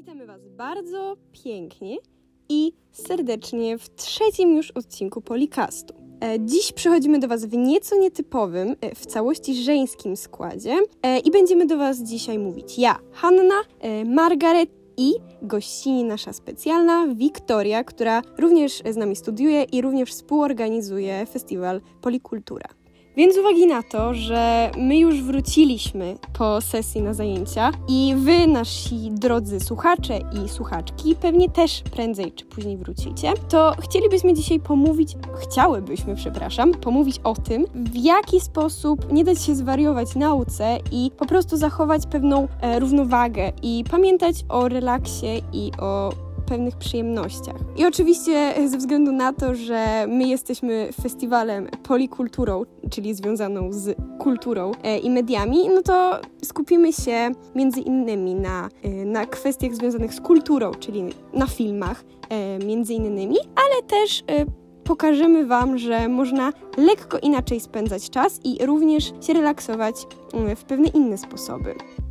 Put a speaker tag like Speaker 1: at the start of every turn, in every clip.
Speaker 1: Witamy Was bardzo pięknie i serdecznie w trzecim już odcinku Policastu. Dziś przychodzimy do Was w nieco nietypowym, w całości żeńskim składzie i będziemy do Was dzisiaj mówić ja, Hanna, Margaret i gościni nasza specjalna Wiktoria, która również z nami studiuje i również współorganizuje festiwal Polikultura. Więc z uwagi na to, że my już wróciliśmy po sesji na zajęcia i Wy, nasi drodzy słuchacze i słuchaczki, pewnie też prędzej czy później wrócicie, to chciałybyśmy pomówić o tym, w jaki sposób nie dać się zwariować nauce i po prostu zachować pewną równowagę i pamiętać o relaksie i o pewnych przyjemnościach. I oczywiście ze względu na to, że my jesteśmy festiwalem polikulturą, czyli związaną z kulturą i mediami, no to skupimy się między innymi na kwestiach związanych z kulturą, czyli na filmach między innymi, ale też pokażemy Wam, że można lekko inaczej spędzać czas i również się relaksować w pewne inne sposoby.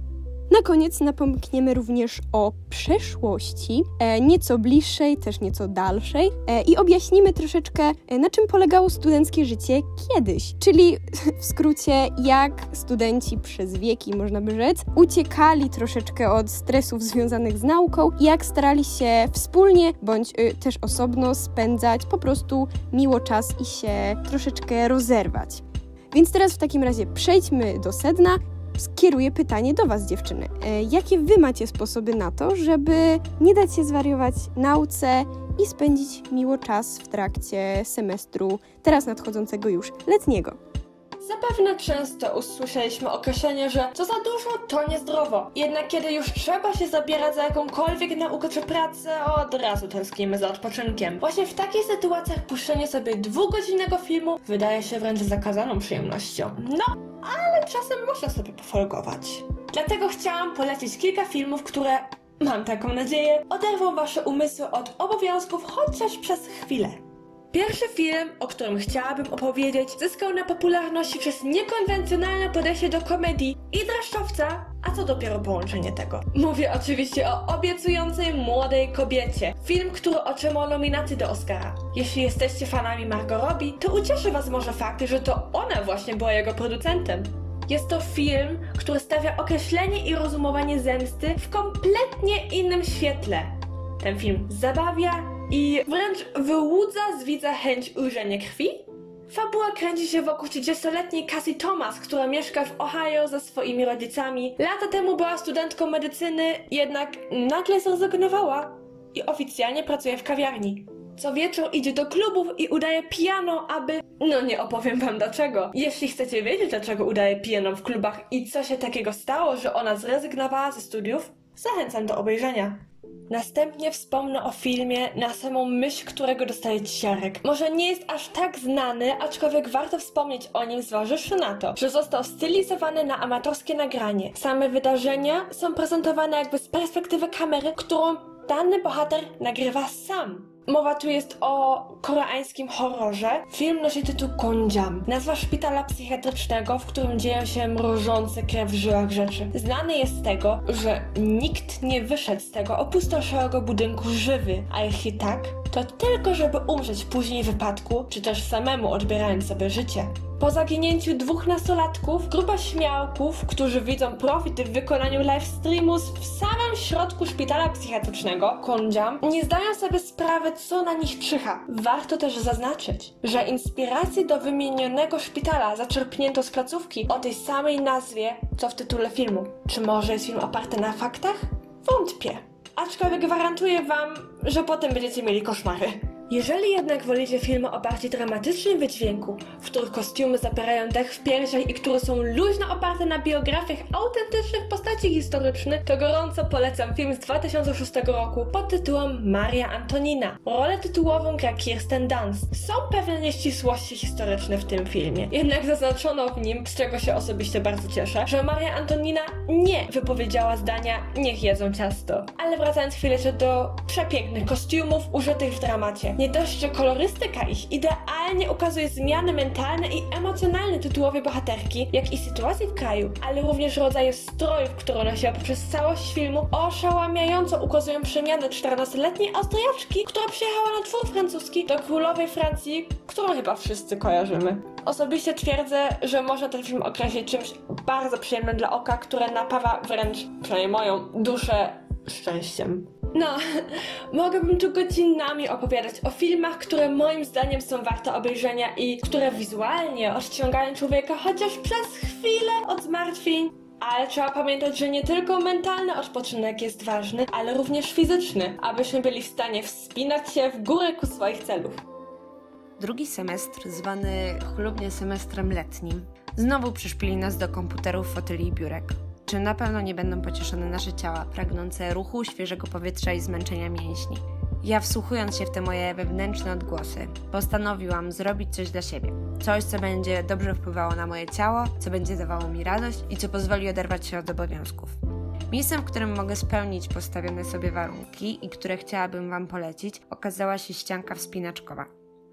Speaker 1: Na koniec napomkniemy również o przeszłości, nieco bliższej, też nieco dalszej i objaśnimy troszeczkę, na czym polegało studenckie życie kiedyś, czyli w skrócie jak studenci przez wieki, można by rzec, uciekali troszeczkę od stresów związanych z nauką i jak starali się wspólnie bądź też osobno spędzać po prostu miło czas i się troszeczkę rozerwać. Więc teraz w takim razie przejdźmy do sedna. Skieruję pytanie do Was, dziewczyny. Jakie Wy macie sposoby na to, żeby nie dać się zwariować nauce i spędzić miło czas w trakcie semestru, teraz nadchodzącego już letniego?
Speaker 2: Zapewne często usłyszeliśmy określenie, że co za dużo, to niezdrowo. Jednak kiedy już trzeba się zabierać za jakąkolwiek naukę czy pracę, od razu tęsknimy za odpoczynkiem. Właśnie w takich sytuacjach puszczenie sobie 2-godzinnego filmu wydaje się wręcz zakazaną przyjemnością. No, ale czasem można sobie pofolgować. Dlatego chciałam polecić kilka filmów, które, mam taką nadzieję, oderwą Wasze umysły od obowiązków chociaż przez chwilę. Pierwszy film, o którym chciałabym opowiedzieć, zyskał na popularności przez niekonwencjonalne podejście do komedii i dreszczowca, a co dopiero połączenie tego. Mówię oczywiście o obiecującej młodej kobiecie. Film, który otrzymał nominację do Oscara. Jeśli jesteście fanami Margot Robbie, to ucieszy Was może fakt, że to ona właśnie była jego producentem. Jest to film, który stawia określenie i rozumowanie zemsty w kompletnie innym świetle. Ten film zabawia i wręcz wyłudza z widza chęć ujrzenia krwi. Fabuła kręci się wokół 30-letniej Cassie Thomas, która mieszka w Ohio ze swoimi rodzicami. Lata temu była studentką medycyny, jednak nagle zrezygnowała i oficjalnie pracuje w kawiarni. Co wieczór idzie do klubów i udaje pijaną, aby... No nie opowiem Wam dlaczego. Jeśli chcecie wiedzieć, dlaczego udaje pijaną w klubach i co się takiego stało, że ona zrezygnowała ze studiów, zachęcam do obejrzenia. Następnie wspomnę o filmie, na samą myśl którego dostaję ciarek. Może nie jest aż tak znany, aczkolwiek warto wspomnieć o nim zważywszy na to, że został stylizowany na amatorskie nagranie. Same wydarzenia są prezentowane jakby z perspektywy kamery, którą dany bohater nagrywa sam. Mowa tu jest o koreańskim horrorze. Film nosi tytuł Gonjam, nazwa szpitala psychiatrycznego, w którym dzieją się mrożące krew w żyłach rzeczy. Znany jest z tego, że nikt nie wyszedł z tego opustoszałego budynku żywy, a jeśli tak, to tylko żeby umrzeć później w wypadku, czy też samemu odbierając sobie życie. Po zaginięciu 2 nastolatków, grupa śmiałków, którzy widzą profit w wykonaniu livestreamu w samym środku szpitala psychiatrycznego, Gonjam, nie zdają sobie sprawy, co na nich czyha. Warto też zaznaczyć, że inspirację do wymienionego szpitala zaczerpnięto z placówki o tej samej nazwie, co w tytule filmu. Czy może jest film oparty na faktach? Wątpię. Aczkolwiek gwarantuję Wam, że potem będziecie mieli koszmary. Jeżeli jednak wolicie filmy o bardziej dramatycznym wydźwięku, w których kostiumy zapierają dech w piersiach i które są luźno oparte na biografiach autentycznych postaci historycznych, to gorąco polecam film z 2006 roku pod tytułem Maria Antonina. Rolę tytułową gra Kirsten Dunst. Są pewne nieścisłości historyczne w tym filmie, jednak zaznaczono w nim, z czego się osobiście bardzo cieszę, że Maria Antonina nie wypowiedziała zdania "niech jedzą ciasto". Ale wracając chwilę do przepięknych kostiumów użytych w dramacie. Nie dość, że kolorystyka ich idealnie ukazuje zmiany mentalne i emocjonalne tytułowej bohaterki, jak i sytuacji w kraju, ale również rodzaje strojów, które nosiła poprzez całość filmu, oszałamiająco ukazują przemianę 14-letniej Austriaczki, która przyjechała na dwór francuski do królowej Francji, którą chyba wszyscy kojarzymy. Osobiście twierdzę, że można ten film określić czymś bardzo przyjemnym dla oka, które napawa wręcz, przynajmniej moją duszę, szczęściem. No, mogłabym tu godzinami opowiadać o filmach, które moim zdaniem są warte obejrzenia i które wizualnie odciągają człowieka chociaż przez chwilę od zmartwień. Ale trzeba pamiętać, że nie tylko mentalny odpoczynek jest ważny, ale również fizyczny, abyśmy byli w stanie wspinać się w górę ku swoich celów.
Speaker 3: Drugi semestr, zwany chlubnie semestrem letnim, znowu przyszpili nas do komputerów, foteli i biurek. Czym na pewno nie będą pocieszone nasze ciała, pragnące ruchu, świeżego powietrza i zmęczenia mięśni. Ja, wsłuchując się w te moje wewnętrzne odgłosy, postanowiłam zrobić coś dla siebie. Coś, co będzie dobrze wpływało na moje ciało, co będzie dawało mi radość i co pozwoli oderwać się od obowiązków. Miejscem, w którym mogę spełnić postawione sobie warunki i które chciałabym Wam polecić, okazała się ścianka wspinaczkowa.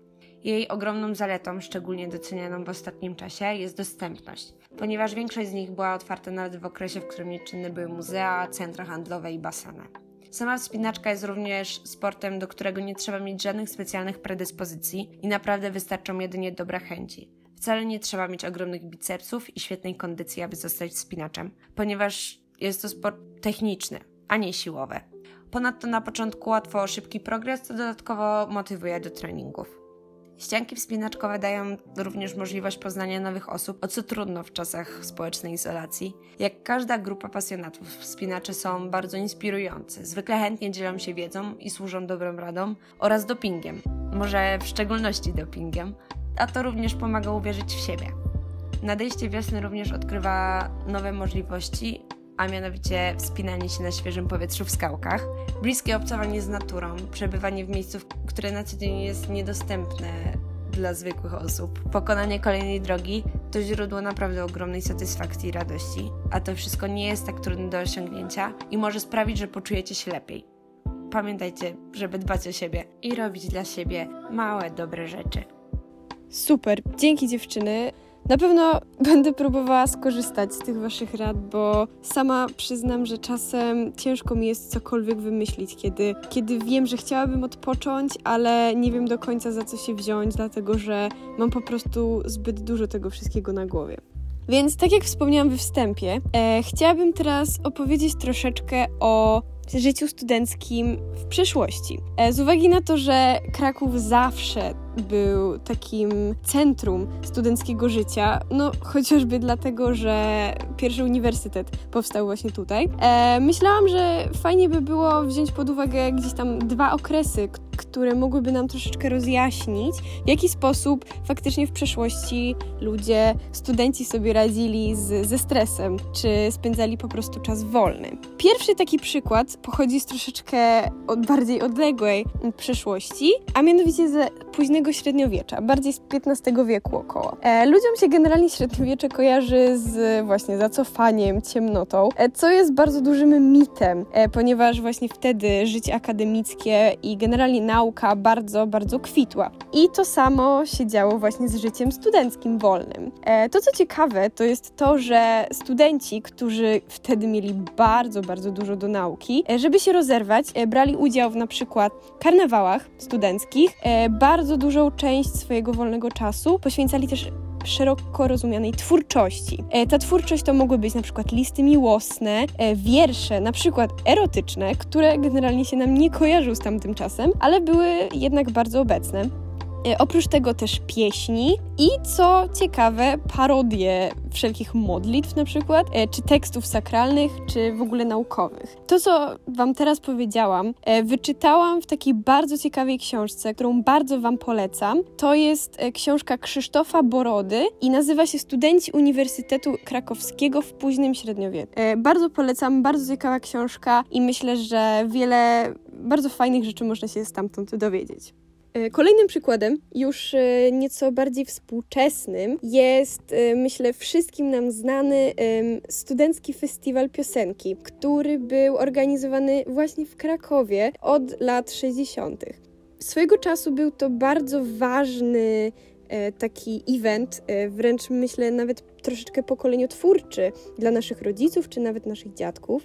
Speaker 3: Jej ogromną zaletą, szczególnie docenianą w ostatnim czasie, jest dostępność, ponieważ większość z nich była otwarta nawet w okresie, w którym nieczynne były muzea, centra handlowe i baseny. Sama wspinaczka jest również sportem, do którego nie trzeba mieć żadnych specjalnych predyspozycji i naprawdę wystarczą jedynie dobre chęci. Wcale nie trzeba mieć ogromnych bicepsów i świetnej kondycji, aby zostać wspinaczem, ponieważ jest to sport techniczny, a nie siłowy. Ponadto na początku łatwo o szybki progres, co dodatkowo motywuje do treningów. Ścianki wspinaczkowe dają również możliwość poznania nowych osób, o co trudno w czasach społecznej izolacji. Jak każda grupa pasjonatów, wspinacze są bardzo inspirujący, zwykle chętnie dzielą się wiedzą i służą dobrą radą oraz dopingiem, może w szczególności dopingiem, a to również pomaga uwierzyć w siebie. Nadejście wiosny również odkrywa nowe możliwości, a mianowicie wspinanie się na świeżym powietrzu w skałkach, bliskie obcowanie z naturą, przebywanie w miejscu, które na co dzień jest niedostępne dla zwykłych osób. Pokonanie kolejnej drogi to źródło naprawdę ogromnej satysfakcji i radości, a to wszystko nie jest tak trudne do osiągnięcia i może sprawić, że poczujecie się lepiej. Pamiętajcie, żeby dbać o siebie i robić dla siebie małe, dobre rzeczy.
Speaker 1: Super, dzięki dziewczyny. Na pewno będę próbowała skorzystać z tych waszych rad, bo sama przyznam, że czasem ciężko mi jest cokolwiek wymyślić, kiedy wiem, że chciałabym odpocząć, ale nie wiem do końca za co się wziąć, dlatego że mam po prostu zbyt dużo tego wszystkiego na głowie. Więc tak jak wspomniałam we wstępie, chciałabym teraz opowiedzieć troszeczkę o życiu studenckim w przeszłości. Z uwagi na to, że Kraków zawsze był takim centrum studenckiego życia, no chociażby dlatego, że pierwszy uniwersytet powstał właśnie tutaj, myślałam, że fajnie by było wziąć pod uwagę gdzieś tam dwa okresy, które mogłyby nam troszeczkę rozjaśnić, w jaki sposób faktycznie w przeszłości ludzie, studenci sobie radzili ze stresem, czy spędzali po prostu czas wolny. Pierwszy taki przykład pochodzi z troszeczkę bardziej odległej przeszłości, a mianowicie ze późnego średniowiecza, bardziej z XV wieku około. Ludziom się generalnie średniowiecze kojarzy z właśnie zacofaniem, ciemnotą, co jest bardzo dużym mitem, ponieważ właśnie wtedy życie akademickie i generalnie nauka bardzo, bardzo kwitła. I to samo się działo właśnie z życiem studenckim wolnym. To, co ciekawe, to jest to, że studenci, którzy wtedy mieli bardzo, bardzo dużo do nauki, żeby się rozerwać, brali udział w na przykład karnawałach studenckich, bardzo dużą część swojego wolnego czasu poświęcali też szeroko rozumianej twórczości. Ta twórczość to mogły być na przykład listy miłosne, wiersze, na przykład erotyczne, które generalnie się nam nie kojarzą z tamtym czasem, ale były jednak bardzo obecne. Oprócz tego też pieśni i, co ciekawe, parodie wszelkich modlitw na przykład, czy tekstów sakralnych, czy w ogóle naukowych. To, co Wam teraz powiedziałam, wyczytałam w takiej bardzo ciekawej książce, którą bardzo Wam polecam. To jest książka Krzysztofa Borody i nazywa się Studenci Uniwersytetu Krakowskiego w późnym średniowieczu. Bardzo polecam, bardzo ciekawa książka i myślę, że wiele bardzo fajnych rzeczy można się stamtąd dowiedzieć. Kolejnym przykładem, już nieco bardziej współczesnym, jest, myślę, wszystkim nam znany Studencki Festiwal Piosenki, który był organizowany właśnie w Krakowie od lat 60. swojego czasu był to bardzo ważny taki event, wręcz myślę nawet troszeczkę pokoleniotwórczy dla naszych rodziców, czy nawet naszych dziadków.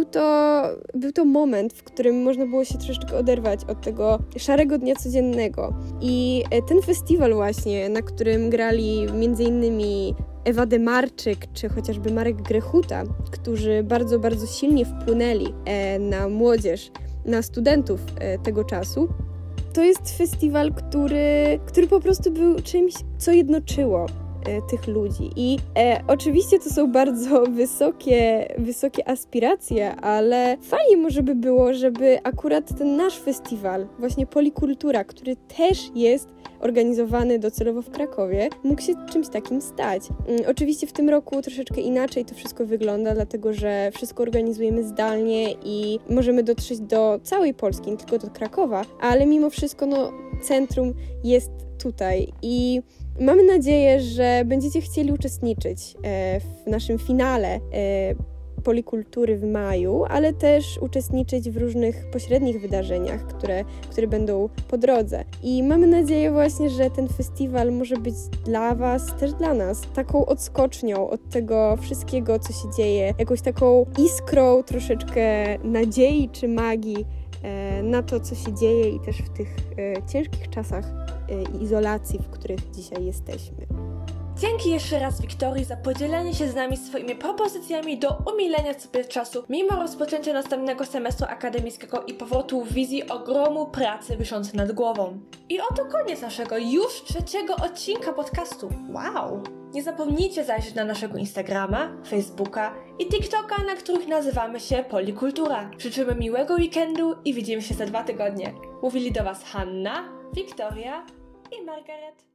Speaker 1: Był to moment, w którym można było się troszeczkę oderwać od tego szarego dnia codziennego. I ten festiwal właśnie, na którym grali m.in. Ewa Demarczyk, czy chociażby Marek Grechuta, którzy bardzo, bardzo silnie wpłynęli na młodzież, na studentów tego czasu. To jest festiwal, który po prostu był czymś, co jednoczyło tych ludzi. I oczywiście to są bardzo wysokie aspiracje, ale fajnie może by było, żeby akurat ten nasz festiwal, właśnie Polikultura, który też jest organizowany docelowo w Krakowie, mógł się czymś takim stać. Oczywiście w tym roku troszeczkę inaczej to wszystko wygląda, dlatego że wszystko organizujemy zdalnie i możemy dotrzeć do całej Polski, nie tylko do Krakowa, ale mimo wszystko centrum jest tutaj i mamy nadzieję, że będziecie chcieli uczestniczyć w naszym finale Polikultury w maju, ale też uczestniczyć w różnych pośrednich wydarzeniach, które będą po drodze. I mamy nadzieję właśnie, że ten festiwal może być dla Was, też dla nas, taką odskocznią od tego wszystkiego, co się dzieje, jakąś taką iskrą troszeczkę nadziei czy magii na to, co się dzieje i też w tych ciężkich czasach izolacji, w których dzisiaj jesteśmy.
Speaker 2: Dzięki jeszcze raz Wiktorii za podzielenie się z nami swoimi propozycjami do umilenia sobie czasu mimo rozpoczęcia następnego semestru akademickiego i powrotu wizji ogromu pracy wiszącej nad głową. I oto koniec naszego już 3. odcinka podcastu. Wow! Nie zapomnijcie zajrzeć na naszego Instagrama, Facebooka i TikToka, na których nazywamy się Polikultura. Życzymy miłego weekendu i widzimy się za 2 tygodnie. Mówili do Was Hanna, Wiktoria i Margaret.